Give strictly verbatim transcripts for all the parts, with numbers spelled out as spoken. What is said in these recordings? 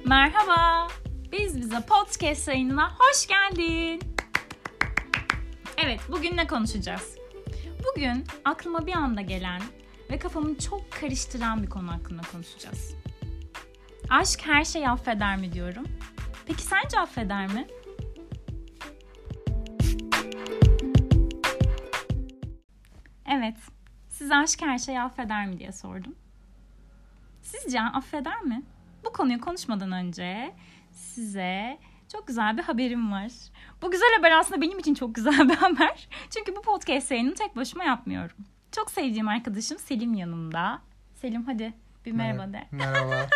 Merhaba, Biz Bize Podcast yayınına hoş geldin. Evet, bugün ne konuşacağız? Bugün aklıma bir anda gelen ve kafamı çok karıştıran bir konu hakkında konuşacağız. Aşk her şeyi affeder mi diyorum. Peki sence affeder mi? Evet, size aşk her şeyi affeder mi diye sordum. Sizce affeder mi? Bu konuyu konuşmadan önce size çok güzel bir haberim var. Bu güzel haber aslında benim için çok güzel bir haber. Çünkü bu podcast yayını tek başıma yapmıyorum. Çok sevdiğim arkadaşım Selim yanımda. Selim hadi bir merhaba de. Merhaba.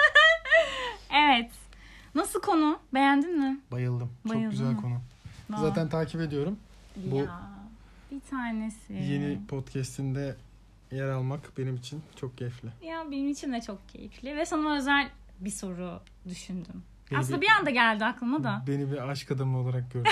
Evet. Nasıl konu? Beğendin mi? Bayıldım. Bayıldım Çok güzel mı? konu. Aa. Zaten takip ediyorum. Bu ya bir tanesi. Yeni podcast'inde yer almak benim için çok keyifli. Ya benim için de çok keyifli ve sana özel bir soru düşündüm. Beni Aslında bir, bir anda geldi aklıma da. Beni bir aşk adamı olarak gördüm.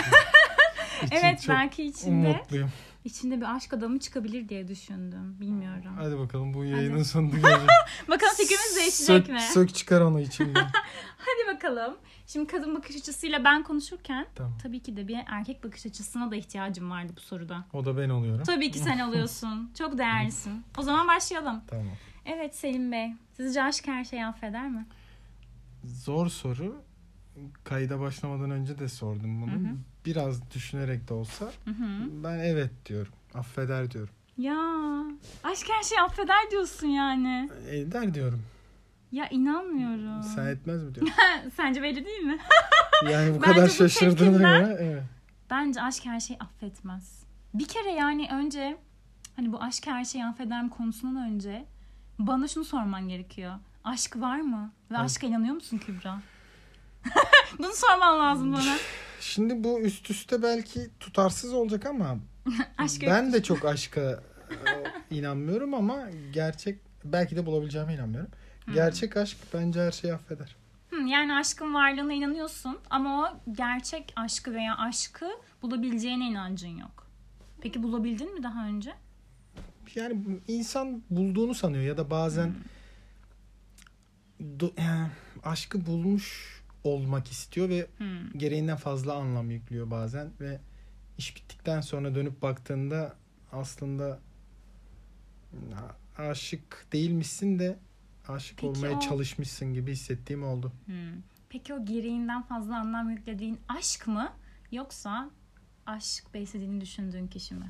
Evet belki içinde mutluyum. içinde bir aşk adamı çıkabilir diye düşündüm. Bilmiyorum. Hadi bakalım bu yayının Hadi. sonunda göreceğiz. Bakalım fikrimiz değişecek sök, mi? Sök çıkar onu içimden. Hadi bakalım. Şimdi kadın bakış açısıyla ben konuşurken Tamam. tabii ki de bir erkek bakış açısına da ihtiyacım vardı bu soruda. O da ben oluyorum. Tabii ki sen oluyorsun. Çok değerlisin. O zaman başlayalım. Tamam. Evet Selim Bey. Sizce aşk her şeyi affeder mi? Zor soru. Kayda başlamadan önce de sordum bunu. Hı hı. Biraz düşünerek de olsa Hı hı. ben evet diyorum. Affeder diyorum. Ya aşk her şeyi affeder diyorsun yani. Eder diyorum. Ya inanmıyorum. Sen etmez mi diyorsun? Sence belli değil mi? Yani bu Bence kadar bu şaşırdığına tepkinden- göre evet. Bence aşk her şeyi affetmez. Bir kere yani önce hani bu aşk her şeyi affeder mi konusundan önce bana şunu sorman gerekiyor. Aşk var mı? Ve Evet. aşka inanıyor musun Kübra? Bunu sorman lazım bana. Şimdi bu üst üste belki tutarsız olacak ama Aşk ben de çok aşka e, inanmıyorum ama gerçek belki de bulabileceğime inanmıyorum. Hmm. Gerçek aşk bence her şeyi affeder. Hı, yani aşkın varlığına inanıyorsun ama o gerçek aşkı veya aşkı bulabileceğine inancın yok. Peki bulabildin mi daha önce? Yani insan bulduğunu sanıyor ya da bazen Hmm. do- yani aşkı bulmuş olmak istiyor ve Hmm. gereğinden fazla anlam yüklüyor bazen ve iş bittikten sonra dönüp baktığında aslında aşık değilmişsin de aşık Peki olmaya o- çalışmışsın gibi hissettiğim oldu. Hmm. Peki o gereğinden fazla anlam yüklediğin aşk mı yoksa aşk beslediğini düşündüğün kişi mi?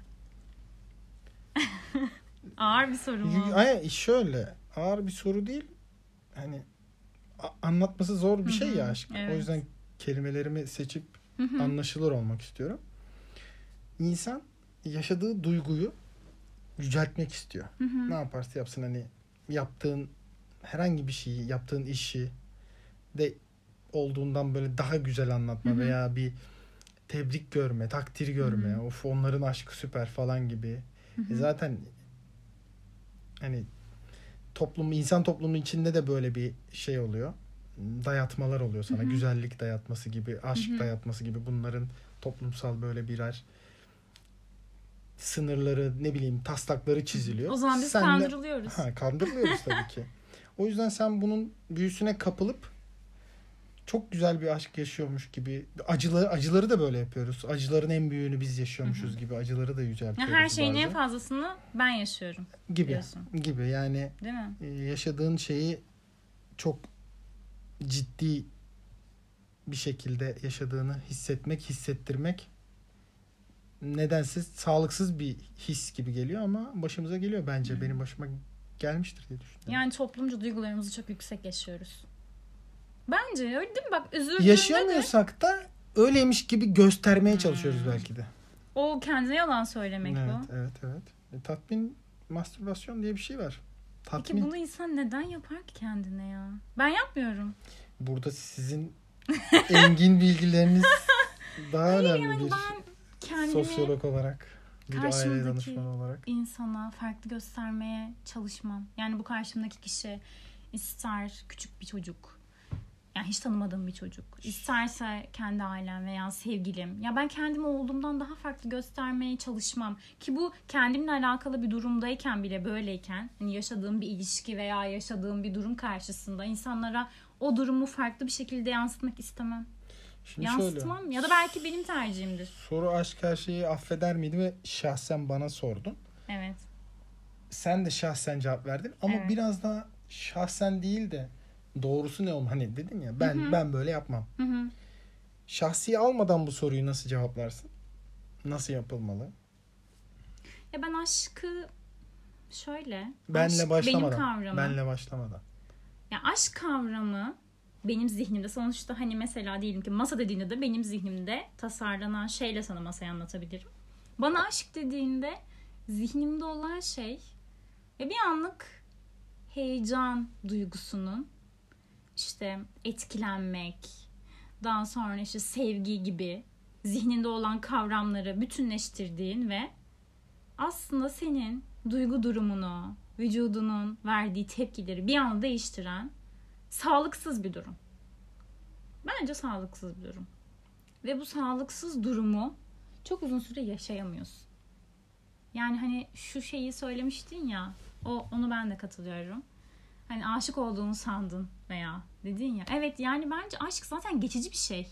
Ağır bir soru mu? Ay şöyle ağır bir soru değil. Hani a- anlatması zor bir şey Hı hı, ya aşk. evet. O yüzden kelimelerimi seçip Hı hı. anlaşılır olmak istiyorum. İnsan yaşadığı duyguyu yüceltmek istiyor. Hı hı. Ne yaparsa yapsın hani yaptığın herhangi bir şeyi, yaptığın işi de olduğundan böyle daha güzel anlatma Hı hı. veya bir tebrik görme, takdir görme. Hı hı. Of onların aşkı süper falan gibi. Hı hı. E zaten hani toplum, insan toplumunun içinde de böyle bir şey oluyor. Dayatmalar oluyor sana. Hı hı. Güzellik dayatması gibi, aşk Hı hı. dayatması gibi bunların toplumsal böyle birer sınırları, ne bileyim taslakları çiziliyor. O zaman biz Sen de- kandırılıyoruz. Ha, kandırılıyoruz tabii ki. O yüzden sen bunun büyüsüne kapılıp çok güzel bir aşk yaşıyormuş gibi acıları acıları da böyle yapıyoruz. Acıların en büyüğünü biz yaşıyormuşuz Hı hı. gibi acıları da Ya yüceltiyoruz her şeyin en bazen. fazlasını ben yaşıyorum gibi diyorsun. gibi yani Değil mi? e, yaşadığın şeyi çok ciddi bir şekilde yaşadığını hissetmek, hissettirmek nedensiz, sağlıksız bir his gibi geliyor ama başımıza geliyor bence. Hı. Benim başıma gelmiştir diye düşünüyorum. Yani toplumca duygularımızı çok yüksek yaşıyoruz. Bence öyle değil mi? Bak üzüldüğünde de Yaşayamıyorsak da öyleymiş gibi göstermeye Hmm. çalışıyoruz belki de. o kendine yalan söylemek Evet, bu. evet, evet. E, tatmin, mastürbasyon diye bir şey var. Peki Tatmin. bunu insan neden yapar ki kendine ya? Ben yapmıyorum. Burada sizin engin bilgileriniz daha Hayır önemli yani bir ben kendimi sosyolog olarak, bir aile karşımdaki danışmanı olarak. insana farklı göstermeye çalışmam. Yani bu karşımdaki kişi ister küçük bir çocuk, Yani hiç tanımadığım bir çocuk. İsterse kendi ailem veya sevgilim. Ya ben kendimi olduğumdan daha farklı göstermeye çalışmam. Ki bu kendimle alakalı bir durumdayken bile böyleyken, hani yaşadığım bir ilişki veya yaşadığım bir durum karşısında insanlara o durumu farklı bir şekilde yansıtmak istemem. Şimdi Yansıtmam şöyle, ya da belki benim tercihimdir. soru aşk her şeyi affeder miydi ve şahsen bana sordun. Evet. Sen de şahsen cevap verdin ama Evet. biraz daha şahsen değil de doğrusu ne olmalı? Hani dedim ya ben Hı hı. ben böyle yapmam. Hı hı. Şahsi almadan bu soruyu nasıl cevaplarsın? Nasıl yapılmalı? Ya ben aşkı şöyle. Benle aşk başlamadan. benim kavramım. Benle başlamadan. Ya aşk kavramı benim zihnimde sonuçta hani mesela diyelim ki masa dediğinde de benim zihnimde tasarlanan şeyle sana masayı anlatabilirim. Bana aşk dediğinde zihnimde olan şey ve bir anlık heyecan duygusunun işte etkilenmek, daha sonra işte sevgi gibi zihninde olan kavramları bütünleştirdiğin ve aslında senin duygu durumunu, vücudunun verdiği tepkileri bir anda değiştiren sağlıksız bir durum. Bence sağlıksız bir durum. Ve bu sağlıksız durumu çok uzun süre yaşayamıyorsun. Yani hani şu şeyi söylemiştin ya, o onu ben de katılıyorum. Hani aşık olduğunu sandın veya dedin ya. Evet yani bence aşk zaten geçici bir şey.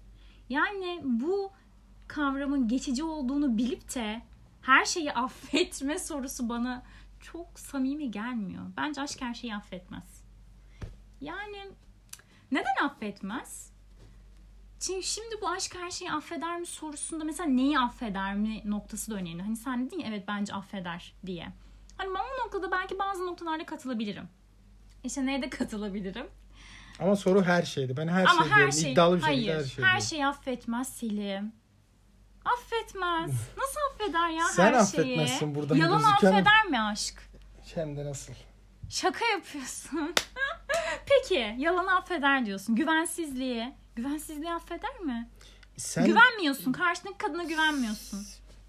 Yani bu kavramın geçici olduğunu bilip de her şeyi affetme sorusu bana çok samimi gelmiyor. Bence aşk her şeyi affetmez. Yani neden affetmez? Çünkü şimdi bu aşk her şeyi affeder mi sorusunda mesela neyi affeder mi noktası da önemli. Hani sen dedin ya evet bence affeder diye. Hani ben o noktada belki bazı noktalarda katılabilirim. İşte neye de katılabilirim? Ama soru her şeydi. Ben her Ama şey her diyorum. şey, İddialı bir hayır, şekilde her şey her diyorum. şeyi affetmez Selim. Affetmez. Nasıl affeder ya Sen her şeyi? affetmezsin buradan Yalan gözüken. affeder mi aşk? Hem de nasıl? Şaka yapıyorsun. Peki yalanı affeder diyorsun. Güvensizliği. Güvensizliği affeder mi? Sen Güvenmiyorsun. Karşındaki kadına güvenmiyorsun.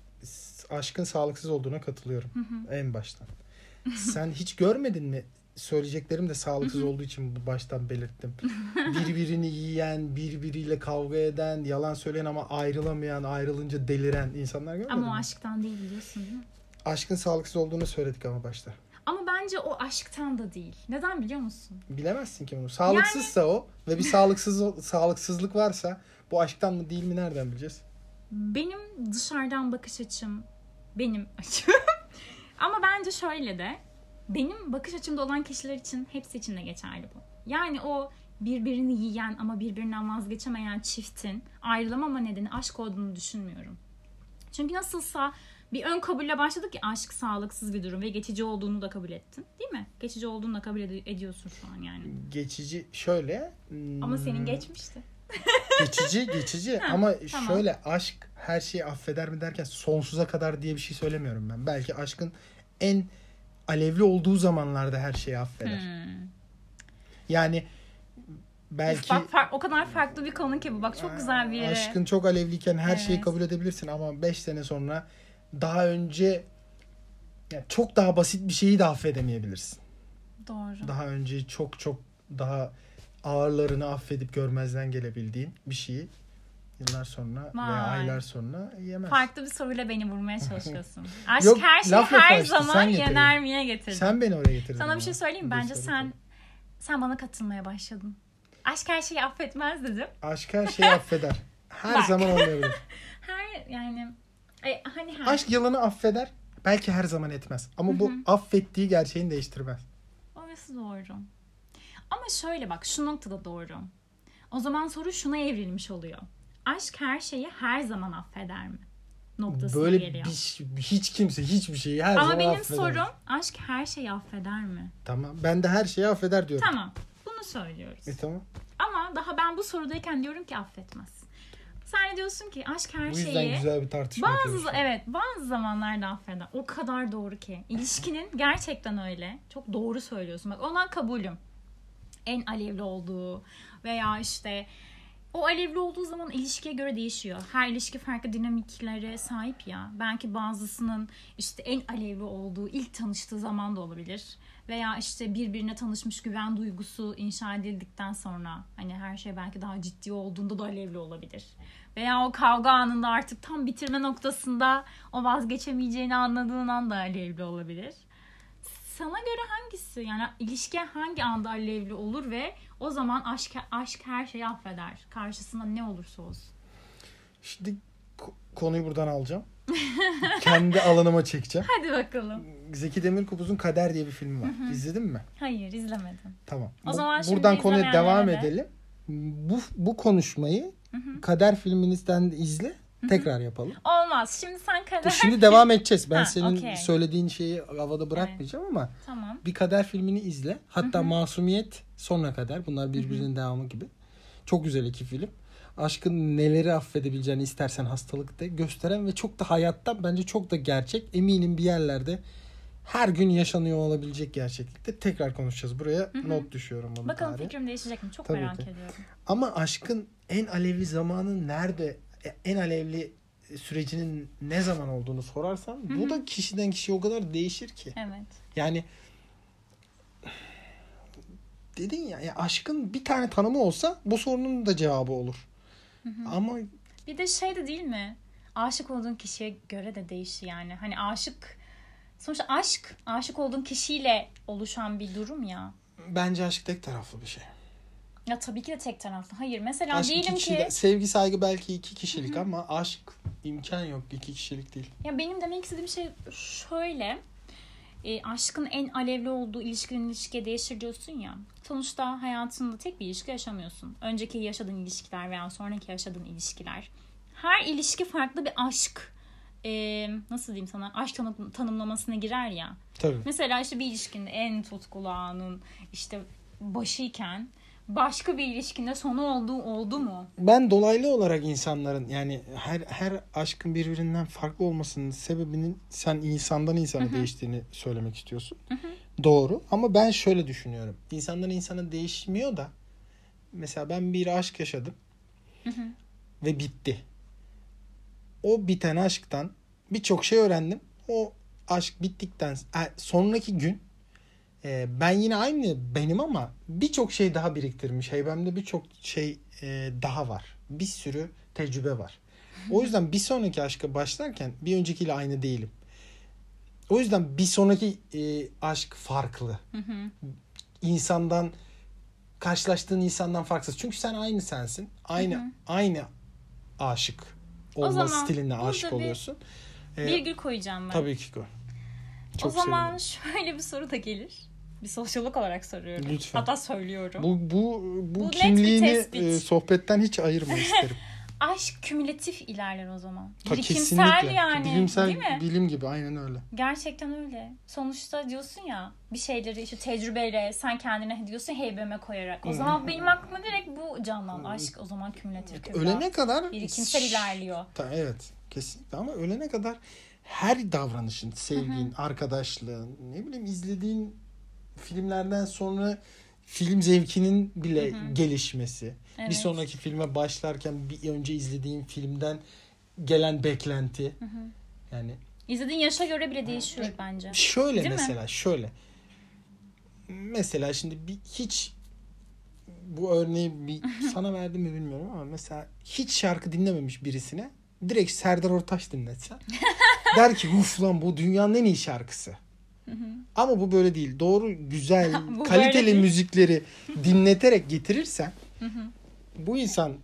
aşkın sağlıksız olduğuna katılıyorum. En baştan. Sen hiç görmedin mi? Söyleyeceklerim de sağlıksız olduğu için bu baştan belirttim. Birbirini yiyen, birbiriyle kavga eden, yalan söyleyen ama ayrılamayan, ayrılınca deliren insanlar görmedin Ama o mi? aşktan değil biliyorsun değil mi? Aşkın sağlıksız olduğunu söyledik ama başta. Ama bence o aşktan da değil. Neden biliyor musun? Bilemezsin ki bunu. Sağlıksızsa o ve bir sağlıksız sağlıksızlık varsa bu aşktan mı değil mi nereden bileceğiz? Benim dışarıdan bakış açım benim açım. Ama bence şöyle de benim bakış açımda olan kişiler için hepsi için de geçerli bu. Yani o birbirini yiyen ama birbirinden vazgeçemeyen çiftin ayrılamama nedeni aşk olduğunu düşünmüyorum. Çünkü nasılsa bir ön kabulle başladık ki aşk sağlıksız bir durum ve geçici olduğunu da kabul ettin. Değil mi? Geçici olduğunu da kabul ed- ediyorsun şu an yani. Geçici şöyle. hmm, Ama senin geçmişti. Geçici geçici Ha, ama tamam. şöyle aşk her şeyi affeder mi derken sonsuza kadar diye bir şey söylemiyorum ben. Belki aşkın en alevli olduğu zamanlarda her şeyi affeder. Hmm. Yani belki Bak far- o kadar farklı bir konu ki bu. Bak çok güzel bir yere. aşkın çok alevliyken her şeyi Evet. kabul edebilirsin ama beş sene sonra daha önce yani çok daha basit bir şeyi de affedemeyebilirsin. Doğru. Daha önce çok çok daha ağırlarını affedip görmezden gelebildiğin bir şeyi yıllar sonra Vay. veya aylar sonra yemez. Farklı bir soruyla beni vurmaya çalışıyorsun. Aşk Yok, her şeyi laf lafa her işte, zaman sen getirdin. yener miye getirdin. Sen beni oraya getirdin. Sana bir ama. şey söyleyeyim mi? Bir Bence soru sen sor. sen bana katılmaya başladın. Aşk her şeyi affetmez dedim. Aşk her şeyi affeder. Her Bak. zaman olmayabilir. Her yani e, hani her. Aşk yalanı affeder. Belki her zaman etmez. Ama bu affettiği gerçeğini değiştirmez. Orası doğru. Ama şöyle bak şu noktada doğru. O zaman soru şuna evrilmiş oluyor. Aşk her şeyi her zaman affeder mi? Noktasına Böyle geliyor. bir, hiç kimse hiçbir şeyi her Ama zaman benim affeder. sorum aşk her şeyi affeder mi? Tamam. Ben de her şeyi affeder diyorum. Tamam. Bunu söylüyoruz. E tamam. Ama daha ben bu sorudayken diyorum ki affetmez. Sen de diyorsun ki aşk her Bu yüzden şeyi güzel bir tartışma bazı yapıyoruz şu an. evet bazı zamanlarda affeder. O kadar doğru ki. İlişkinin gerçekten öyle. Çok doğru söylüyorsun. Bak ona kabulüm. En alevli olduğu veya işte o alevli olduğu zaman ilişkiye göre değişiyor. Her ilişki farklı dinamiklere sahip ya. Belki bazısının işte en alevli olduğu ilk tanıştığı zaman da olabilir. Veya işte birbirine tanışmış güven duygusu inşa edildikten sonra hani her şey belki daha ciddi olduğunda da alevli olabilir. Veya o kavga anında artık tam bitirme noktasında o vazgeçemeyeceğini anladığın anda alevli olabilir. Sana göre hangisi? Yani ilişki hangi anda alevli olur ve o zaman aşk aşk her şeyi affeder. Karşısında ne olursa olsun. Şimdi konuyu buradan alacağım. Kendi alanıma çekeceğim. Hadi bakalım. Zeki Demirkubuz'un Kader diye bir filmi var. Hı hı. İzledin mi? Hayır, izlemedim. Tamam. O Bu, zaman buradan konuya devam de. edelim. Bu bu konuşmayı hı hı. Kader filminizden de izle. Hı hı. Tekrar yapalım. Olmaz. Şimdi sen Kader... Şimdi devam edeceğiz. Ben ha, senin okay. söylediğin şeyi havada bırakmayacağım evet. ama tamam. bir Kader filmini izle. Hatta hı hı. Masumiyet, Sonra Kader. Bunlar birbirinin hı hı. devamı gibi. Çok güzel iki film. Aşkın neleri affedebileceğini istersen hastalıkta gösteren ve çok da hayatta bence çok da gerçek. Eminim bir yerlerde her gün yaşanıyor olabilecek gerçeklikte. Tekrar konuşacağız. Buraya hı hı. not düşüyorum. Bunu Bakalım tarihe. fikrim değişecek mi? Çok Tabii merak ki. ediyorum. Ama aşkın en alevli zamanı nerede, en alevli sürecinin ne zaman olduğunu sorarsan hı hı. bu da kişiden kişiye o kadar değişir ki. Evet. Yani dedin ya, ya aşkın bir tane tanımı olsa bu sorunun da cevabı olur. Hı hı. Ama bir de şey de değil mi? Aşık olduğun kişiye göre de değişir yani. Hani aşık sonuçta aşk aşık olduğun kişiyle oluşan bir durum ya. Bence aşk tek taraflı bir şey. Ya tabii ki de tek taraflı. Hayır mesela aşk diyelim ki de, sevgi saygı belki iki kişilik ama aşk imkan yok, iki kişilik değil. Ya benim demek istediğim şey şöyle. E, aşkın en alevli olduğu ilişkinin ilişkiye değişir diyorsun ya. Sonuçta hayatında tek bir ilişki yaşamıyorsun. Önceki yaşadığın ilişkiler veya sonraki yaşadığın ilişkiler. Her ilişki farklı bir aşk. E, nasıl diyeyim sana? Aşk tanım, tanımlamasına girer ya. Tabii. Mesela işte bir ilişkinin en tutkulu anın işte başıyken başka bir ilişkinde sonu olduğu oldu mu? Ben dolaylı olarak insanların yani her her aşkın birbirinden farklı olmasının sebebinin sen insandan insana Hı-hı. değiştiğini söylemek istiyorsun. Hı-hı. Doğru ama ben şöyle düşünüyorum. İnsandan insana değişmiyor da mesela ben bir aşk yaşadım Hı-hı. ve bitti. O biten aşktan birçok şey öğrendim. O aşk bittikten sonraki gün ben yine aynı benim ama birçok şey daha biriktirmiş. Heybemde birçok şey daha var. Bir sürü tecrübe var. O yüzden bir sonraki aşka başlarken bir öncekiyle aynı değilim. O yüzden bir sonraki aşk farklı. İnsandan karşılaştığın insandan farksız. Çünkü sen aynı sensin. Aynı aynı aşık olma stiline aşık oluyorsun. Virgül koyacağım ben. Tabii ki koy. Çok o zaman sevinirim. Şöyle bir soru da gelir. Bir sosyolog olarak soruyorum. Lütfen. Hatta söylüyorum. Bu bu bu, bu kimliğini e, sohbetten hiç ayırma isterim. Aşk kümülatif ilerler o zaman. Ta, Birikimsel yani. Bilimsel, değil mi? Bilim gibi aynen öyle. Gerçekten öyle. Sonuçta diyorsun ya bir şeyleri işte tecrübeyle sen kendine diyorsun heybeme koyarak. O zaman benim aklıma direkt bu canlandı. Aşk o zaman kümülatif. Ölene kadar. Birikimsel ilerliyor. Ta, evet kesinlikle ama ölene kadar her davranışın, sevgin, Hı-hı. arkadaşlığın, ne bileyim izlediğin filmlerden sonra film zevkinin bile Hı-hı. gelişmesi. Evet. Bir sonraki filme başlarken bir önce izlediğin filmden gelen beklenti. Hı-hı. Yani izlediğin yaşa göre bile değişiyor evet. bence. Şöyle Değil mesela mi? şöyle. Mesela şimdi bir hiç bu örneği bir sana verdim mi bilmiyorum ama mesela hiç şarkı dinlememiş birisine direkt Serdar Ortaç dinletsen der ki uf lan bu dünyanın en iyi şarkısı. Hı hı. Ama bu böyle değil. Doğru, güzel, kaliteli müzikleri dinleterek getirirsen hı hı. bu insan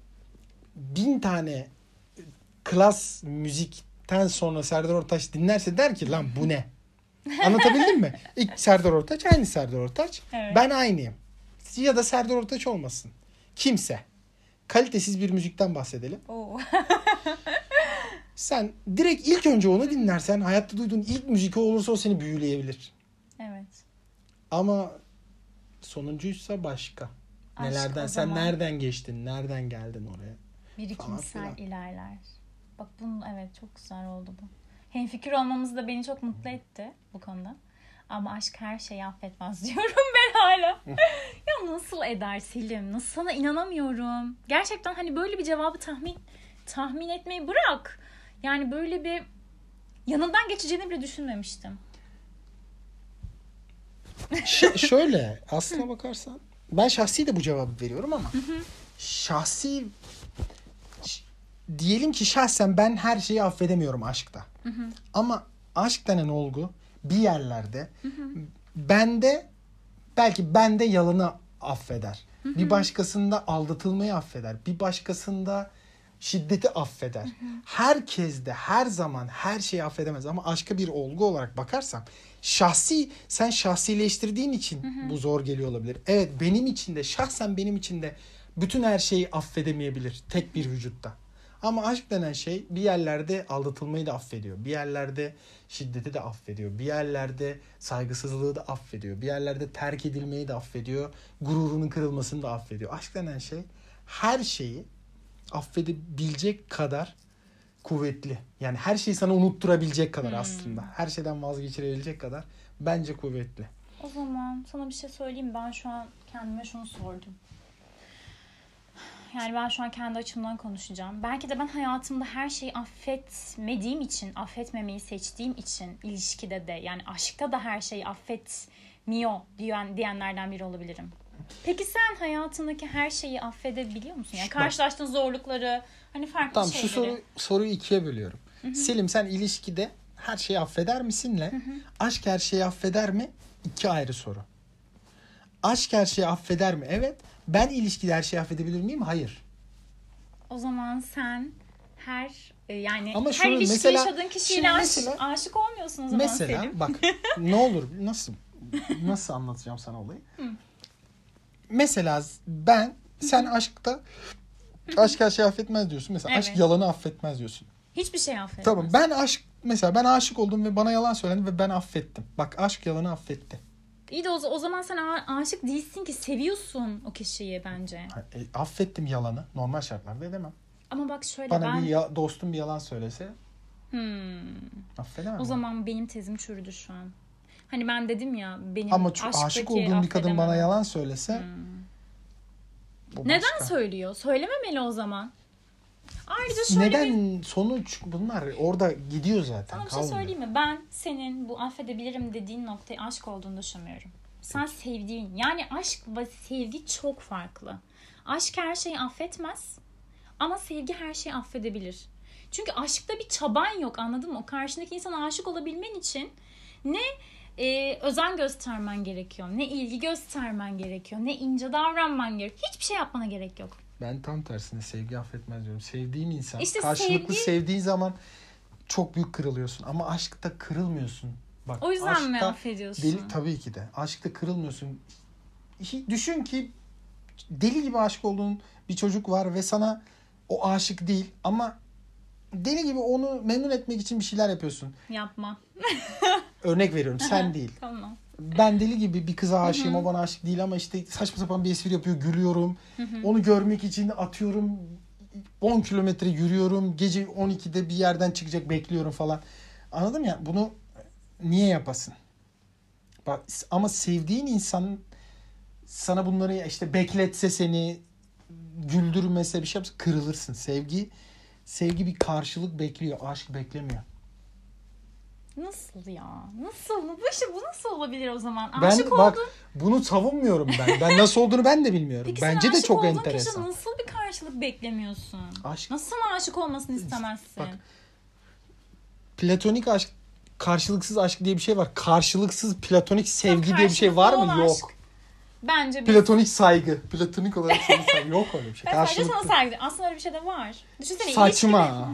bin tane klas müzikten sonra Serdar Ortaç dinlerse der ki lan bu ne? Anlatabildim mi? İlk Serdar Ortaç aynı Serdar Ortaç. Evet. Ben aynıyım. Ya da Serdar Ortaç olmasın. Kimse. Kalitesiz bir müzikten bahsedelim. Sen direkt ilk önce onu dinlersen hayatta duyduğun ilk müzik o olursa o seni büyüleyebilir. Evet. Ama sonuncuysa başka. Aşk Nelerden sen nereden geçtin? Nereden geldin oraya? Birikimsel ilerler. Bak bunun evet çok güzel oldu bu. Hemfikir olmamız da beni çok mutlu etti bu konuda. Ama aşk her şeyi affetmez diyorum ben hala. Ya nasıl eder Selim? Nasıl sana inanamıyorum. Gerçekten hani böyle bir cevabı tahmin tahmin etmeyi bırak. Yani böyle bir yanından geçeceğini bile düşünmemiştim. Ş- şöyle aslına bakarsan ben şahsi de bu cevabı veriyorum ama şahsi ş- diyelim ki şahsen ben her şeyi affedemiyorum aşkta. Ama aşk denen olgu bir yerlerde bende belki bende yalanı affeder. Bir başkasında aldatılmayı affeder. Bir başkasında şiddeti affeder. Herkes de her zaman her şeyi affedemez ama aşka bir olgu olarak bakarsam şahsi sen şahsileştirdiğin için bu zor geliyor olabilir. Evet benim için de şahsen benim için de bütün her şeyi affedemeyebilir tek bir vücutta. Ama aşk denen şey bir yerlerde aldatılmayı da affediyor. Bir yerlerde şiddeti de affediyor. Bir yerlerde saygısızlığı da affediyor. Bir yerlerde terk edilmeyi de affediyor. Gururunun kırılmasını da affediyor. Aşk denen şey her şeyi affedebilecek kadar kuvvetli. Yani her şeyi sana unutturabilecek kadar hmm. aslında. Her şeyden vazgeçirebilecek kadar bence kuvvetli. O zaman sana bir şey söyleyeyim. Ben şu an kendime şunu sordum. Yani ben şu an kendi açımdan konuşacağım. Belki de ben hayatımda her şeyi affetmediğim için, affetmemeyi seçtiğim için ilişkide de yani aşkta da her şeyi affetmiyor diyen, diyenlerden biri olabilirim. Peki sen hayatındaki her şeyi affedebiliyor musun? Yani karşılaştığın zorlukları, hani farklı tamam, şeyleri. Tamam şu soru, soruyu ikiye bölüyorum. Hı-hı. Selim sen ilişkide her şeyi affeder misinle Hı-hı. aşk her şeyi affeder mi? İki ayrı soru. Aşk her şeyi affeder mi? Evet. Ben ilişkide her şeyi affedebilir miyim? Hayır. O zaman sen her yani Ama her şunu, ilişki mesela, yaşadığın kişiyle mesela, aşık olmuyorsun o zaman mesela, Selim. Mesela bak ne olur nasıl nasıl anlatacağım sana olayı? Hı. Mesela ben sen aşkta aşk her şeyi affetmez diyorsun. Mesela evet. Aşk yalanı affetmez diyorsun. Hiçbir şey affetmez. Tamam ben aşk mesela ben aşık oldum ve bana yalan söylendi ve ben affettim. Bak aşk yalanı affetti. İyi de o, o zaman sen aşık değilsin ki seviyorsun o kişiyi bence. E, affettim yalanı. Normal şartlarda edemem. Ama bak şöyle Bana ben... bir ya, dostum bir yalan söylese hmm. affedemem. O mi? Zaman benim tezim çürüdü şu an. Hani ben dedim ya benim ama aşık olduğum bir kadın bana yalan söylese hmm. Neden söylüyor? Söylememeli o zaman. Ayrıca şöyle neden bir... sonuç bunlar orada gidiyor zaten. Sana bir şey söyleyeyim mi? Ben senin bu affedebilirim dediğin noktayı aşk olduğunu düşünmüyorum. Sen Peki. sevdiğin yani aşk ve sevgi çok farklı. Aşk her şeyi affetmez ama sevgi her şeyi affedebilir. Çünkü aşkta bir çaban yok, anladın mı? O karşındaki insana aşık olabilmen için ne e, özen göstermen gerekiyor, ne ilgi göstermen gerekiyor, ne ince davranman gerekiyor. Hiçbir şey yapmana gerek yok. Ben tam tersine sevgi affetmez diyorum. Sevdiğim insan işte karşılıklı sevgi... sevdiğin zaman çok büyük kırılıyorsun ama aşkta kırılmıyorsun. Bak, o yüzden aşkta, mi affediyorsun? Deli, tabii ki de. Aşkta kırılmıyorsun. Düşün ki deli gibi aşık olduğun bir çocuk var ve sana o aşık değil ama deli gibi onu memnun etmek için bir şeyler yapıyorsun. Yapma. Örnek veriyorum. Sen değil. Tamam. Ben deli gibi bir kıza aşığım. O bana aşık değil ama işte saçma sapan bir espri yapıyor. Gülüyorum. Onu görmek için atıyorum. on kilometre yürüyorum. Gece on ikide bir yerden çıkacak bekliyorum falan. Anladın mı ya? Bunu niye yapasın? Bak, ama sevdiğin insan sana bunları işte bekletse seni güldürmese bir şey yapsa kırılırsın. Sevgi sevgi bir karşılık bekliyor. Aşk beklemiyor. Nasıl ya? Nasıl? Bu, şey, bu nasıl olabilir o zaman? Ben aşık bak oldun... bunu savunmuyorum ben. Ben nasıl olduğunu ben de bilmiyorum. Peki Bence de çok enteresan. Peki sen aşık nasıl bir karşılık beklemiyorsun? Aşk... Nasıl aşık olmasını istemezsin? Bak, platonik aşk, karşılıksız aşk diye bir şey var. Karşılıksız platonik sevgi diye bir şey var mı? Yok. Aşk. Bence bir... Platonik saygı. Platonik olarak sevgi saygı. Yok öyle bir şey. Ben sadece sana saygı. Aslında öyle bir şey de var. Düşünsene. Saçma.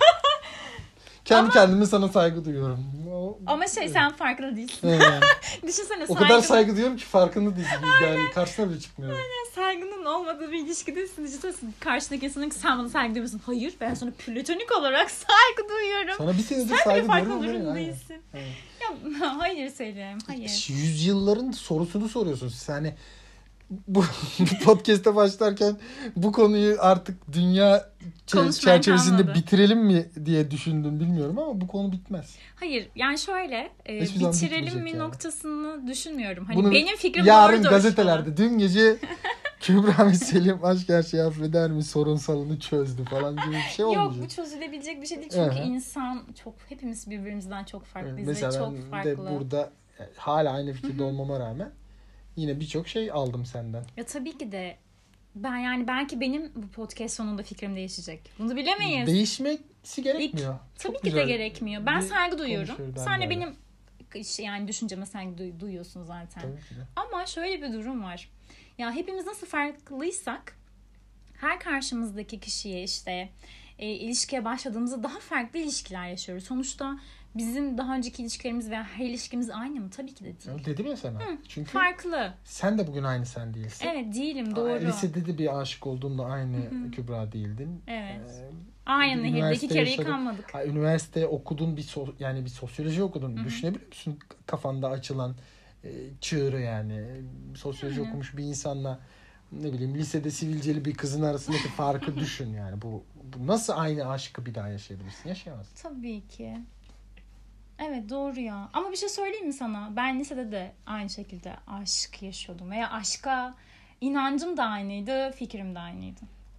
Kendi ama, kendime sana saygı duyuyorum. O, ama şey evet. Sen farkında değilsin. Evet. Düşünsene o kadar saygı duyuyorum ki farkında değilsin. Yani karşısına bile çıkmıyorum. Aynen, saygının olmadığı bir ilişkidesin. Düşünsene karşındaki insanın ki sen bana saygı duymuyorsun. Hayır, ben sana platonik olarak saygı duyuyorum. Sana bir senedir sen saygı duyuyorum. Sen bile farklı durumda değilsin. Evet. Ya, hayır Selim, hayır. Yüzyılların sorusunu soruyorsun. Yani bu podcast'e başlarken bu konuyu artık dünya Konuşmaya çerçevesinde kalmadı. Bitirelim mi diye düşündüm bilmiyorum ama bu konu bitmez. Hayır yani şöyle e, bitirelim mi yani. Noktasını düşünmüyorum. Hani bunu benim fikrim yarın gazetelerde dün gece Kübra ve Selim aşk her şeyi affeder mi sorunsalını çözdü falan gibi bir şey olmayacak. Yok bu çözülebilecek bir şey değil çünkü evet. insan çok hepimiz birbirimizden çok farklıyız evet, ve çok farklı. Mesela ben de burada hala aynı fikirde olmama rağmen yine birçok şey aldım senden. Ya tabii ki de ben yani belki benim bu podcast sonunda fikrim değişecek. Bunu bilemeyiz. Değişmesi gerekmiyor. İlk, tabii ki de gerekmiyor. Ben saygı duyuyorum. Sen de böyle. benim yani düşünceme saygı duy, duyuyorsun zaten. Ama şöyle bir durum var. Ya hepimiz nasıl farklıysak her karşımızdaki kişiye işte e, ilişkiye başladığımızda daha farklı ilişkiler yaşıyoruz. Sonuçta bizim daha önceki ilişkilerimiz veya her ilişkimiz aynı mı? Tabii ki de değil. Dedim ya sana. Hı, Çünkü farklı. Sen de bugün aynı sen değilsin. Evet değilim, doğru. Lisede de bir aşık olduğunda aynı Hı-hı. Kübra değildin. Evet. Ee, aynı nehirde iki kere yıkanmadık. Üniversite okudun bir so- yani bir sosyoloji okudun. Hı-hı. Düşünebiliyor musun kafanda açılan e, çığırı yani sosyoloji Hı-hı. okumuş bir insanla ne bileyim lisede sivilceli bir kızın arasındaki farkı düşün yani bu, bu nasıl aynı aşkı bir daha yaşayabilirsin? Yaşayamazsın. Tabii ki. Evet doğru ya. Ama bir şey söyleyeyim mi sana? Ben lisede de aynı şekilde aşk yaşıyordum. Veya aşka inancım da aynıydı, fikrim de aynıydı.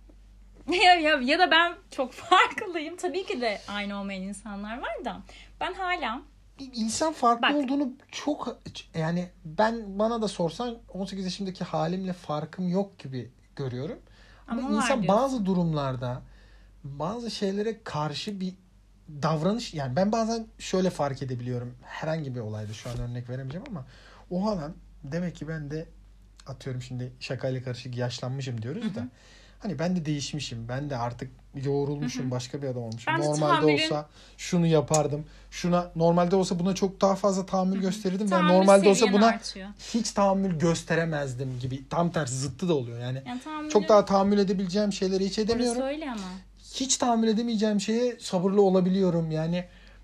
ya, ya, ya da ben çok farklıyım. Tabii ki de aynı olmayan insanlar var da. Ben hala... İnsan farklı Bak, olduğunu çok... Yani ben bana da sorsan on sekiz yaşındaki halimle farkım yok gibi görüyorum. Ama, Ama insan bazı durumlarda bazı şeylere karşı bir davranış, yani ben bazen şöyle fark edebiliyorum, herhangi bir olayda şu an örnek veremeyeceğim ama o an demek ki ben de atıyorum şimdi şakayla karışık yaşlanmışım diyoruz Hı-hı. da hani ben de değişmişim, ben de artık yoğrulmuşum, Hı-hı. başka bir adam olmuşum. Ben normalde tahammülün... olsa şunu yapardım, şuna normalde olsa buna çok daha fazla tahammül Hı-hı. gösterirdim ve normalde olsa buna artıyor. Hiç tahammül gösteremezdim gibi, tam tersi zıttı da oluyor yani, yani tahammülün... çok daha tahammül edebileceğim şeyleri hiç edemiyorum. Orası öyle ama. Hiç tahammül edemeyeceğim şeye sabırlı olabiliyorum. Yani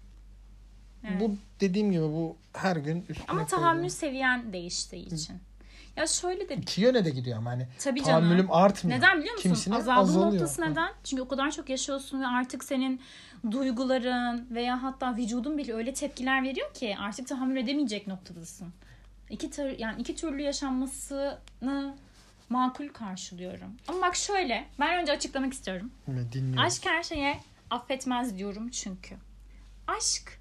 evet. Bu dediğim gibi bu her gün üstüne Ama tahammül koyduğum... seviyen değiştiği için. Ya şöyle de... İki yöne de gidiyor ama hani Tabii tahammülüm canım. artmıyor. Neden biliyor musun? Kimisine azaldığın azalıyor. noktası neden? Çünkü o kadar çok yaşıyorsun ve artık senin duyguların veya hatta vücudun bile öyle tepkiler veriyor ki artık tahammül edemeyecek noktadasın. İki tür, yani iki türlü yaşanmasını makul karşılıyorum. Ama bak şöyle, ben önce açıklamak istiyorum. Dinliyorum. Aşk her şeye affetmez diyorum çünkü. Aşk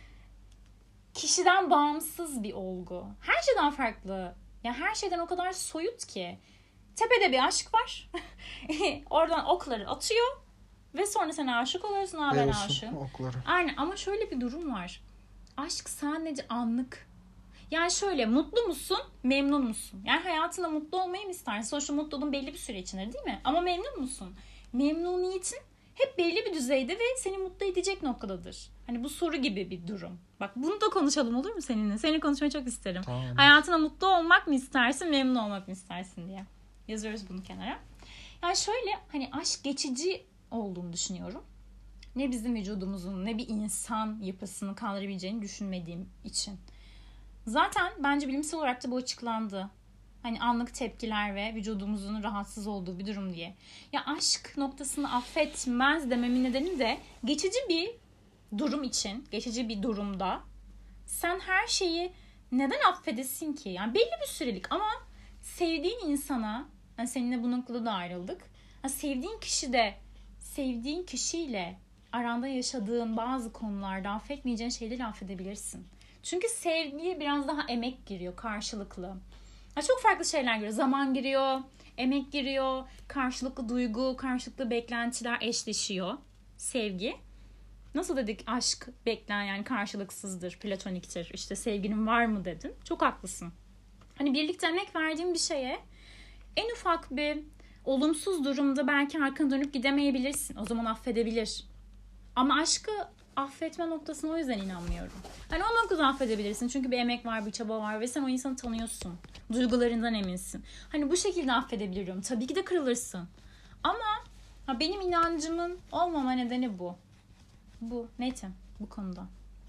kişiden bağımsız bir olgu. Her şeyden farklı. Yani her şeyden o kadar soyut ki. Tepede bir aşk var. Oradan okları atıyor. Ve sonra sen aşık oluyorsun. Aa ben aşığım. Aynen, ama şöyle bir durum var. Aşk sadece anlık. Yani şöyle, mutlu musun? Memnun musun? Yani hayatında mutlu olmayı mı istersin? Sonuçta mutluluğun belli bir süre içindir değil mi? Ama memnun musun? Memnuniyetin hep belli bir düzeyde ve seni mutlu edecek noktadadır. Hani bu soru gibi bir durum. Bak bunu da konuşalım, olur mu seninle? Seninle konuşmayı çok isterim. Tamam. Hayatına mutlu olmak mı istersin, memnun olmak mı istersin diye. Yazıyoruz bunu kenara. Yani şöyle, hani aşk geçici olduğunu düşünüyorum. Ne bizim vücudumuzun ne bir insan yapısını kaldırabileceğini düşünmediğim için. Zaten bence bilimsel olarak da bu açıklandı. Hani anlık tepkiler ve vücudumuzun rahatsız olduğu bir durum diye. Ya aşk noktasını affetmez dememin nedeni de geçici bir durum için, geçici bir durumda sen her şeyi neden affedesin ki? Yani belli bir sürelik ama sevdiğin insana, yani seninle bu noktada da ayrıldık. Yani sevdiğin kişi de sevdiğin kişiyle aranda yaşadığın bazı konularda affetmeyeceğin şeyleri affedebilirsin. Çünkü sevgiye biraz daha emek giriyor, karşılıklı. Ya çok farklı şeyler giriyor. Zaman giriyor, emek giriyor, karşılıklı duygu, karşılıklı beklentiler eşleşiyor. Sevgi. Nasıl dedik aşk beklen yani karşılıksızdır, platoniktir. İşte sevginin var mı dedin. Çok haklısın. Hani birlikte emek verdiğin bir şeye en ufak bir olumsuz durumda belki arkana dönüp gidemeyebilirsin. O zaman affedebilir. Ama aşkı affetme noktasına o yüzden inanmıyorum. Hani o noktada affedebilirsin. Çünkü bir emek var, bir çaba var ve sen o insanı tanıyorsun. Duygularından eminsin. Hani bu şekilde affedebiliyorum. Tabii ki de kırılırsın. Ama ha, benim inancımın olmama nedeni bu. Bu. Netim bu konuda.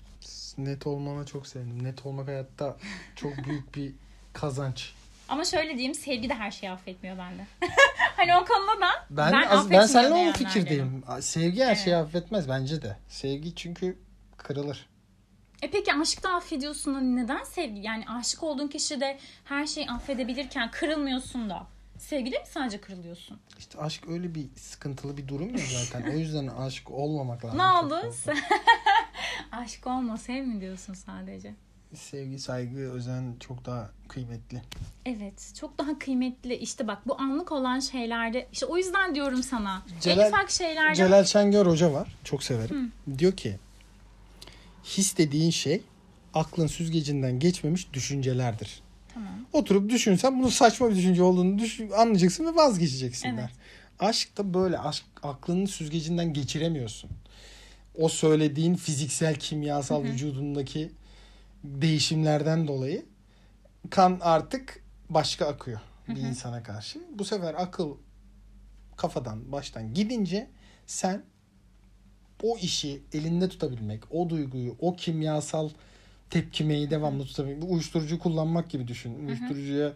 Net olmana çok sevindim. Net olmak hayatta çok büyük bir kazanç. Ama şöyle diyeyim, sevgi de her şeyi affetmiyor bende. Hani o konuda da ben ben, az, ben seninle o fikirdeyim. Sevgi her evet. şeyi affetmez bence de. Sevgi çünkü kırılır. E peki aşkta affediyorsun, neden sevgi? Yani aşık olduğun kişi de her şeyi affedebilirken kırılmıyorsun da. Sevgide mi sadece kırılıyorsun? İşte aşk öyle bir sıkıntılı bir durum ya zaten. O yüzden aşık olmamak lazım. Ne oldu? Aşk olma, sev mi diyorsun sadece? sevgi, saygı, özen çok daha kıymetli. Evet, çok daha kıymetli. İşte bak, bu anlık olan şeylerde, işte o yüzden diyorum sana. Celal, en ufak şeylerde. Celal Şengör Hoca var. Çok severim. Hı. Diyor ki his dediğin şey aklın süzgecinden geçmemiş düşüncelerdir. Tamam. Oturup düşünsen bunun saçma bir düşünce olduğunu düşün, anlayacaksın ve vazgeçeceksin evet. der. Aşk da böyle. Aşk, aklının süzgecinden geçiremiyorsun. O söylediğin fiziksel, kimyasal Hı-hı. vücudundaki değişimlerden dolayı kan artık başka akıyor Hı-hı. bir insana karşı. Bu sefer akıl kafadan, baştan gidince sen o işi elinde tutabilmek, o duyguyu, o kimyasal tepkimeyi devamlı tutabilmek. Bu uyuşturucu kullanmak gibi düşün. Hı-hı. Uyuşturucuya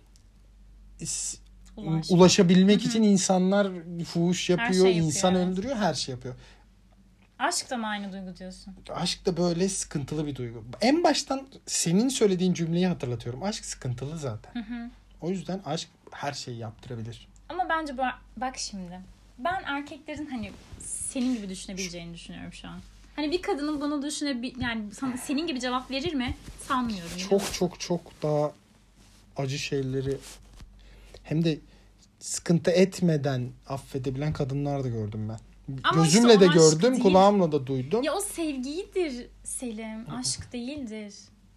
Ulaş. ulaşabilmek Hı-hı. için insanlar fuhuş yapıyor, şey insan yapıyor, öldürüyor, evet. her şey yapıyor. Aşk da mı aynı duygu diyorsun? Aşk da böyle sıkıntılı bir duygu. En baştan senin söylediğin cümleyi hatırlatıyorum. Aşk sıkıntılı zaten. Hı hı. O yüzden aşk her şeyi yaptırabilir. Ama bence bu, bak şimdi. Ben erkeklerin hani senin gibi düşünebileceğini düşünüyorum şu an. Hani bir kadının bunu düşünebil yani sana, senin gibi cevap verir mi? Sanmıyorum. Çok çok çok daha acı şeyleri hem de sıkıntı etmeden affedebilen kadınlar da gördüm ben. Ama gözümle işte de gördüm, değil. Kulağımla da duydum. Ya o sevgidir Selim, aşk değildir.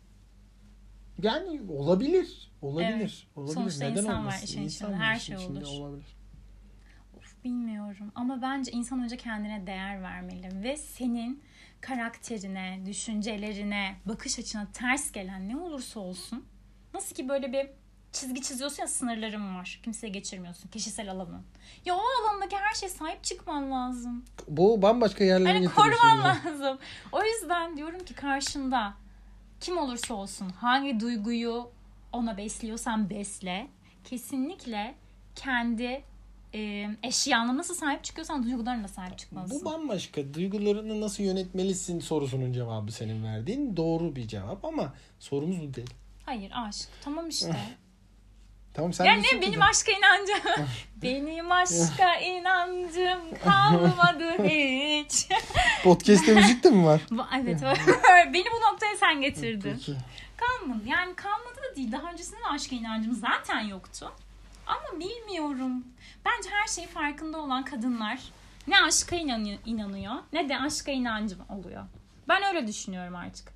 Yani olabilir, olabilir, evet. olabilir. Sonuçta neden insan olmasın? var işin içinde, her şey olur. Olabilir. Of, bilmiyorum ama bence insan önce kendine değer vermeli ve senin karakterine, düşüncelerine, bakış açına ters gelen ne olursa olsun, nasıl ki böyle bir çizgi çiziyorsun ya, sınırlarım var. Kimseye geçirmiyorsun. Kişisel alanın. Ya o alandaki her şeye sahip çıkman lazım. Bu bambaşka yerlere hani koruman lazım. O yüzden diyorum ki karşında kim olursa olsun hangi duyguyu ona besliyorsan besle. Kesinlikle kendi e, eşyana nasıl sahip çıkıyorsan duygularına sahip çıkmalısın. Bu bambaşka. Duygularını nasıl yönetmelisin sorusunun cevabı senin verdiğin. Doğru bir cevap ama sorumuz bu değil. Hayır, aşk. Tamam işte. Tamam, sen ya ne benim aşka inancım. benim aşka inancım kalmadı hiç. Podcast'te müzik de mi var? Evet. Beni bu noktaya sen getirdin. Peki. Kalmadı. Yani kalmadı da değil. Daha öncesinde de aşka inancım zaten yoktu. Ama bilmiyorum. Bence her şeyin farkında olan kadınlar ne aşka inanıyor, inanıyor ne de aşka inancı oluyor. Ben öyle düşünüyorum artık.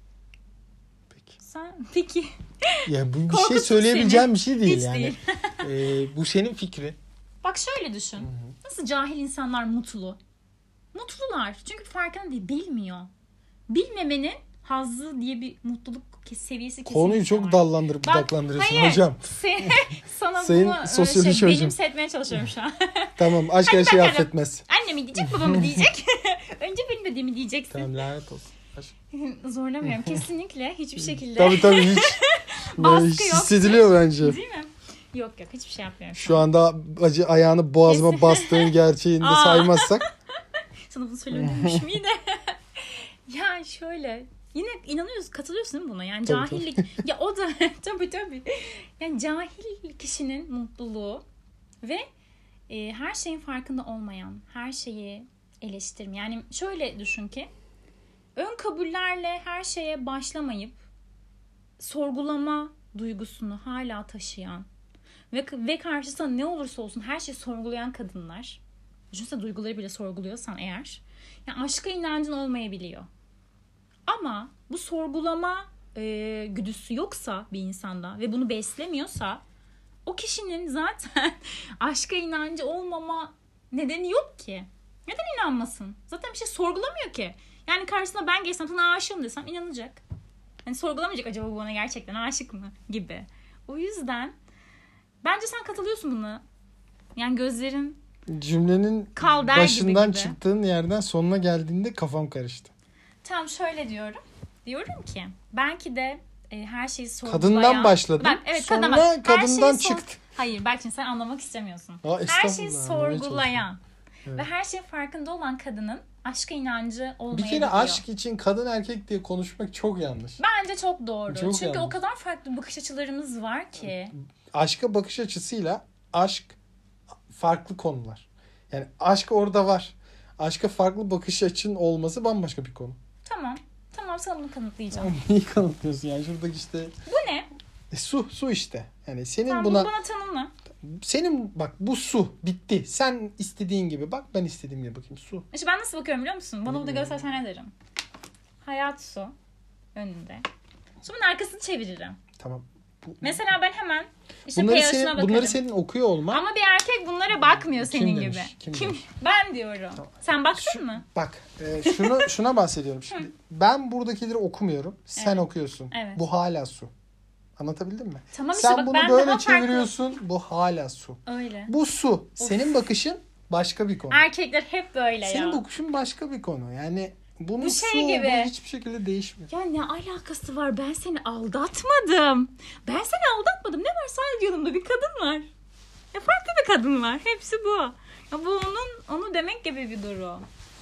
Sen, peki. Ya bu bir şey söyleyebileceğim bir şey değil. Hiç yani. Değil. ee, bu senin fikrin. Bak şöyle düşün. Hı-hı. Nasıl cahil insanlar mutlu? Mutlular. Çünkü farkında değil. Bilmiyor. Bilmemenin hazzı diye bir mutluluk seviyesi kesinlikle konuyu çok var. dallandırıp budaklandırıyorsun hayır, hocam. Sen, sana Sayın bunu şey, benimsetmeye çalışıyorum şu an. Tamam, aşk her şeyi affetmez. Anne mi diyecek, baba mı diyecek? Önce benim dediğimi diyeceksin. Tamam, lanet olsun. Zorlamıyorum. Kesinlikle hiçbir şekilde. Tabii tabii hiç. Baskı yok. Hissediliyor bence. Değil mi? Yok yok, hiçbir şey yapmıyorum. Şu anda acı ayağını boğazıma Kesin. bastığın gerçeğini de saymazsak. Sana bunu söylememiş miydi? Ya şöyle. Yine inanıyoruz, katılıyorsun değil mi buna? Yani tabii, cahillik. Tabii. Ya o da tabii tabii. Yani cahil kişinin mutluluğu ve e, her şeyin farkında olmayan, her şeyi eleştirme. Yani şöyle düşün ki ön kabullerle her şeye başlamayıp sorgulama duygusunu hala taşıyan ve ve karşısında ne olursa olsun her şeyi sorgulayan kadınlar. Düşünsene, duyguları bile sorguluyorsan eğer, yani aşka inancın olmayabiliyor. Ama bu sorgulama e, güdüsü yoksa bir insanda ve bunu beslemiyorsa, o kişinin zaten aşka inancı olmama nedeni yok ki. Neden inanmasın? Zaten bir şey sorgulamıyor ki. Yani karşısına ben geçsem sana aşığım desem inanacak. Yani sorgulamayacak, acaba bu bana gerçekten aşık mı gibi. O yüzden bence sen katılıyorsun buna. Yani gözlerin cümlenin başından çıktığın yerden sonuna geldiğinde kafam karıştı. Tamam, şöyle diyorum. Diyorum ki belki de e, her şeyi sorgulayan... Kadından başladın. Bak, evet, sonra kadına bak. kadından sor... çıktı. Hayır, bak şimdi sen anlamak istemiyorsun. Aa, her şeyi sorgulayan evet. ve her şeyin farkında olan kadının aşka inancı olmayabiliyor. Bir kere aşk için kadın erkek diye konuşmak çok yanlış. Bence çok doğru. Çok Çünkü yanlış. O kadar farklı bakış açılarımız var ki. Aşka bakış açısıyla aşk farklı konular. Yani aşk orada var. Aşka farklı bakış açın olması bambaşka bir konu. Tamam. Tamam Tamam, sana bunu kanıtlayacağım. Neyi kanıtlıyorsun yani? Şuradaki işte... Bu ne? E, su. Su işte. Yani senin Tamam, buna... bunu bana tanımla. Senin bak bu su. Bitti. Sen istediğin gibi bak, ben istediğim gibi bakayım. Su. İşte ben nasıl bakıyorum biliyor musun? Bana burada göstersen ne derim? Hayat su. Önünde. Sonra bunun arkasını çeviririm. Tamam. Bu... Mesela ben hemen işte bunları pH'ına senin, bakarım. bunları senin okuyor olman... Ama bir erkek bunlara bakmıyor Kim senin demiş? gibi. Kim Kim? demiş? Ben diyorum. Tamam. Sen baktın Şu, mı? Bak e, şunu şuna bahsediyorum şimdi. Ben buradakileri okumuyorum. Sen Evet. okuyorsun. Evet. Bu hala su. Anlatabildim mi? Tamam işte Sen bak, bunu ben böyle daha farklı- çeviriyorsun. Bu hala su. Öyle. Bu su. Senin bakışın başka bir konu. Erkekler hep böyle Senin ya. bakışın başka bir konu. Yani bunun Bu su şey gibi. olduğu hiçbir şekilde değişmiyor. Ya ne alakası var? Ben seni aldatmadım. Ben seni aldatmadım. Ne var? Sadece yanımda bir kadın var. Ya farklı bir kadın var. Hepsi bu. Ya bu onun onu demek gibi bir durum.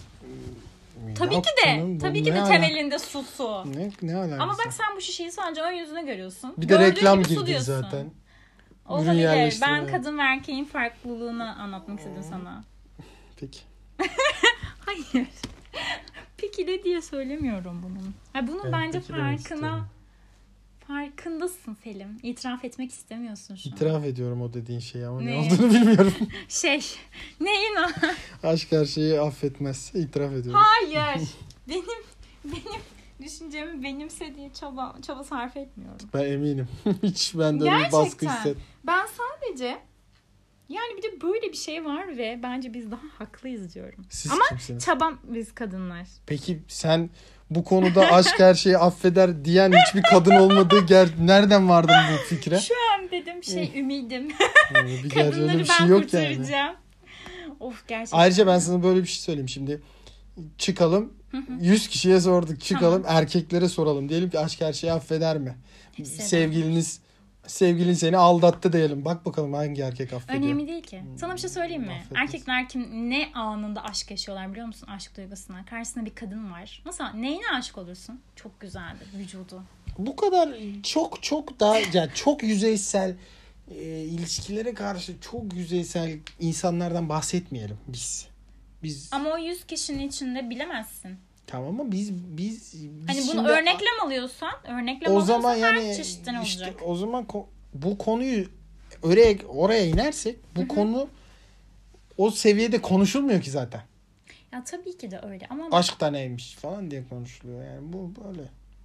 Tabii Yok ki de. canım, bu tabii ki ne de ala- temelinde su su. Ne, ne alakası? Ama bak sen bu şişeyi sadece ön yüzüne görüyorsun. bir de Gördüğün reklam gibi su girdi diyorsun. zaten. Ürün Olabilir. yerleştirme. Ben kadın ve erkeğin farklılığını anlatmak istedim sana. Peki. Hayır. Peki de diye söylemiyorum bunun. Ha, bunun Evet, bence peki demek farkına istedim. farkındasın Selim. İtiraf etmek istemiyorsun şu an. İtiraf ediyorum o dediğin şeyi ama ne, Ne? olduğunu bilmiyorum. Şey. Neyin o? Aşk her şeyi affetmez. İtiraf ediyorum. Hayır. benim benim düşüncemi benimsediği çaba çaba sarf etmiyorum. Ben eminim. Hiç bende öyle bir baskı Gerçekten. hisset. Ben sadece yani bir de böyle bir şey var ve bence biz daha haklıyız diyorum. Siz Ama kimsiniz? çabam biz kadınlar. Peki sen bu konuda aşk her şeyi affeder diyen hiçbir kadın olmadığı ger- nereden vardın bu fikre? Şu an dedim şey ümidim. Yani bir gerçi öyle Kadınları bir ben şey yok yani. kurtaracağım. Of gerçekten. Ayrıca ben sana böyle bir şey söyleyeyim şimdi. Çıkalım. yüz kişiye sorduk. Çıkalım erkeklere soralım. Diyelim ki aşk her şeyi affeder mi? Hepsi eder. Sevgiliniz sevgilin seni aldattı diyelim. Bak bakalım hangi erkek affediyor. Önemli değil ki. Sana bir şey söyleyeyim mi? Affetmez. Erkekler kim ne anında aşk yaşıyorlar biliyor musun? Aşk duygusuna. Karşısında bir kadın var. Mesela neyine aşık olursun? Çok güzeldir vücudu. Bu kadar çok çok daha yani çok yüzeysel e, ilişkilere karşı çok yüzeysel insanlardan bahsetmeyelim biz. Biz Ama o yüz kişinin içinde bilemezsin. tamam ama biz biz, biz Hani bunu şimdi- örneklem alıyorsan, örneklem o alıyorsan zaman her yani çeşitten işte olacak. o zaman ko- bu konuyu oraya oraya inersek bu Hı hı. konu o seviyede konuşulmuyor ki zaten. Ya tabii ki de öyle ama Aşk da neymiş falan diye konuşuluyor yani bu böyle.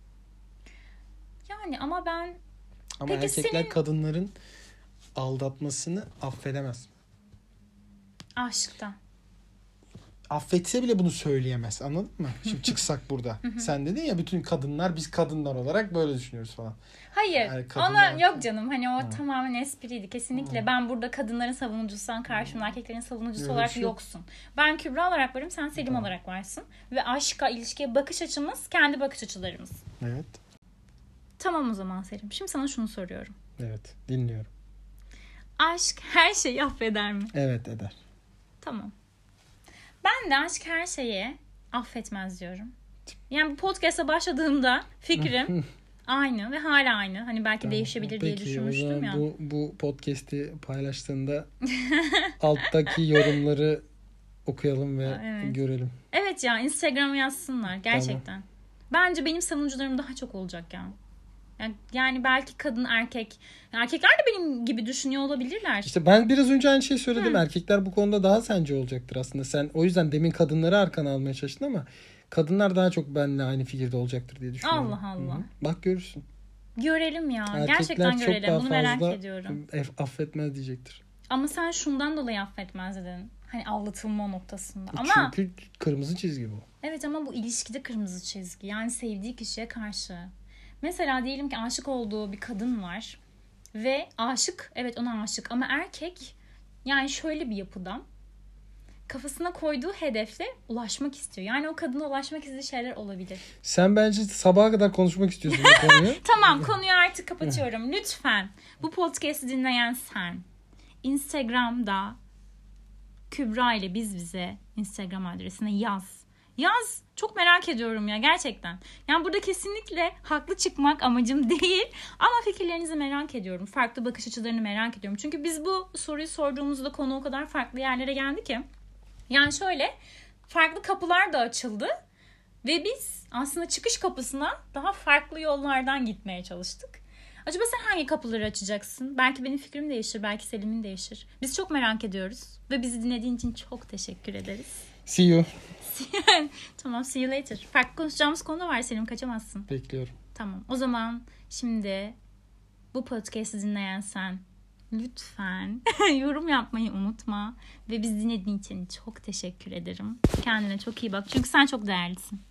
yani ama ben Ama Peki erkekler senin- kadınların aldatmasını affedemez. aşkta. Affetse bile bunu söyleyemez. Anladın mı? Şimdi çıksak burada. Sen dedin ya bütün kadınlar biz kadınlar olarak böyle düşünüyoruz falan. Hayır. Yani kadınlar- Ona yok canım. Hani o Hı. tamamen espriydi. Kesinlikle. Ben burada kadınların savunucususan karşımda erkeklerin savunucusu Öyle bir olarak şey yok. yoksun. Ben Kübra olarak varım. Sen Selim Tamam. olarak varsın. Ve aşka, ilişkiye bakış açımız kendi bakış açılarımız. Evet. Tamam o zaman Selim. Şimdi sana şunu soruyorum. Evet. Dinliyorum. Aşk her şeyi affeder mi? Evet eder. Tamam. Ben de aşk her şeyi affetmez diyorum. Yani bu podcast'a başladığımda fikrim aynı ve hala aynı. Hani belki Tamam. değişebilir diye Peki, düşünmüştüm o zaman ya. Bu, bu podcast'i paylaştığında alttaki yorumları okuyalım ve Evet. görelim. Evet ya Instagram'a yazsınlar gerçekten. Bence benim savunucularım daha çok olacak ya. Yani, yani belki kadın erkek. Erkekler de benim gibi düşünüyor olabilirler. İşte ben biraz önce aynı şeyi söyledim. Erkekler bu konuda daha sence olacaktır aslında. Sen o yüzden demin kadınları arkana almaya çalıştın ama kadınlar daha çok benimle aynı fikirde olacaktır diye düşünüyorum. Allah Allah. Hı hı. Bak görürsün. Görelim ya. Erkekler Gerçekten çok görelim. daha Bunu merak fazla ediyorum. eff- affetmez diyecektir. Ama sen şundan dolayı affetmez dedin. Hani aldatılma noktasında. Ama Çünkü kırmızı çizgi bu. evet ama bu ilişkide kırmızı çizgi. Yani sevdiği kişiye karşı. Mesela diyelim ki aşık olduğu bir kadın var. Ve aşık. Evet ona aşık. Ama erkek yani şöyle bir yapıda. Kafasına koyduğu hedefle ulaşmak istiyor. Yani o kadına ulaşmak istediği şeyler olabilir. Sen bence sabaha kadar konuşmak istiyorsun bu konuyu. Tamam konuyu artık kapatıyorum. Lütfen bu podcast'i dinleyen sen. Instagram'da Kübra ile biz bize Instagram adresine yaz. Yaz. Çok merak ediyorum ya gerçekten. Yani burada kesinlikle haklı çıkmak amacım değil. Ama fikirlerinizi merak ediyorum. Farklı bakış açılarını merak ediyorum. Çünkü biz bu soruyu sorduğumuzda konu o kadar farklı yerlere geldi ki. Yani şöyle farklı kapılar da açıldı. Ve biz aslında çıkış kapısına daha farklı yollardan gitmeye çalıştık. Acaba sen hangi kapıları açacaksın? Belki benim fikrim değişir, belki Selim'in değişir. Biz çok merak ediyoruz. Ve bizi dinlediğin için çok teşekkür ederiz. See you. Tamam, see you later. Farklı konuşacağımız konu var Selim, kaçamazsın. Bekliyorum. Tamam, o zaman şimdi bu podcast'i dinleyen sen lütfen yorum yapmayı unutma. Ve bizi dinlediğin için çok teşekkür ederim. Kendine çok iyi bak. Çünkü sen çok değerlisin.